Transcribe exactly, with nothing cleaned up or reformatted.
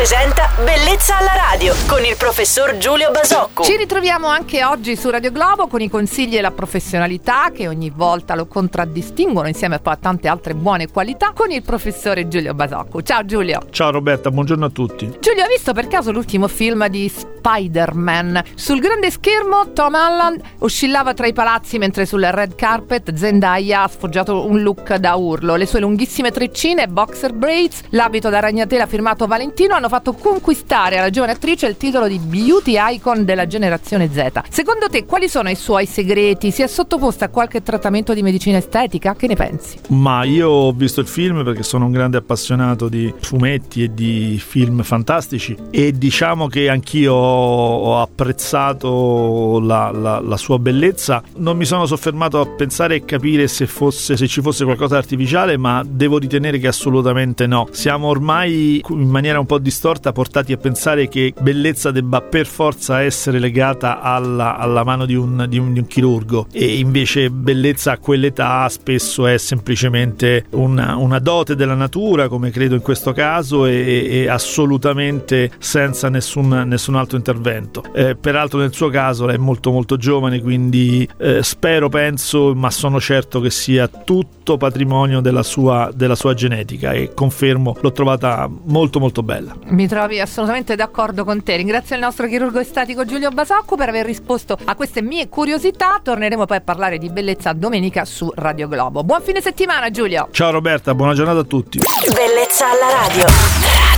presenta Bellezza alla radio con il professor Giulio Basocco. Ci ritroviamo anche oggi su Radio Globo con i consigli e la professionalità che ogni volta lo contraddistinguono insieme a tante altre buone qualità con il professore Giulio Basocco. Ciao Giulio. Ciao Roberta, buongiorno a tutti. Giulio, hai visto per caso l'ultimo film di Spider-Man? Sul grande schermo Tom Holland oscillava tra i palazzi mentre sul red carpet Zendaya ha sfoggiato un look da urlo. Le sue lunghissime treccine, boxer braids, l'abito da ragnatela firmato Valentino hanno fatto conquistare alla giovane attrice il titolo di beauty icon della generazione Z. Secondo te quali sono i suoi segreti? Si è sottoposta a qualche trattamento di medicina estetica? Che ne pensi? Ma io ho visto il film perché sono un grande appassionato di fumetti e di film fantastici e diciamo che anch'io ho apprezzato la, la, la sua bellezza. Non mi sono soffermato a pensare e capire se fosse se ci fosse qualcosa di artificiale, ma devo ritenere che assolutamente no. Siamo ormai in maniera un po' distorta portati a pensare che bellezza debba per forza essere legata alla, alla mano di un, di, un, di un chirurgo, e invece bellezza a quell'età spesso è semplicemente una, una dote della natura, come credo in questo caso, e, e assolutamente senza nessun, nessun altro intervento. Eh, peraltro nel suo caso lei è molto molto giovane, quindi eh, spero, penso, ma sono certo che sia tutto patrimonio della sua, della sua genetica, e confermo, l'ho trovata molto molto bella. Mi trovi assolutamente d'accordo con te. Ringrazio il nostro chirurgo estetico Giulio Basocco per aver risposto a queste mie curiosità. Torneremo poi a parlare di bellezza domenica su Radio Globo. Buon fine settimana Giulio. Ciao Roberta, buona giornata a tutti. Bellezza alla radio.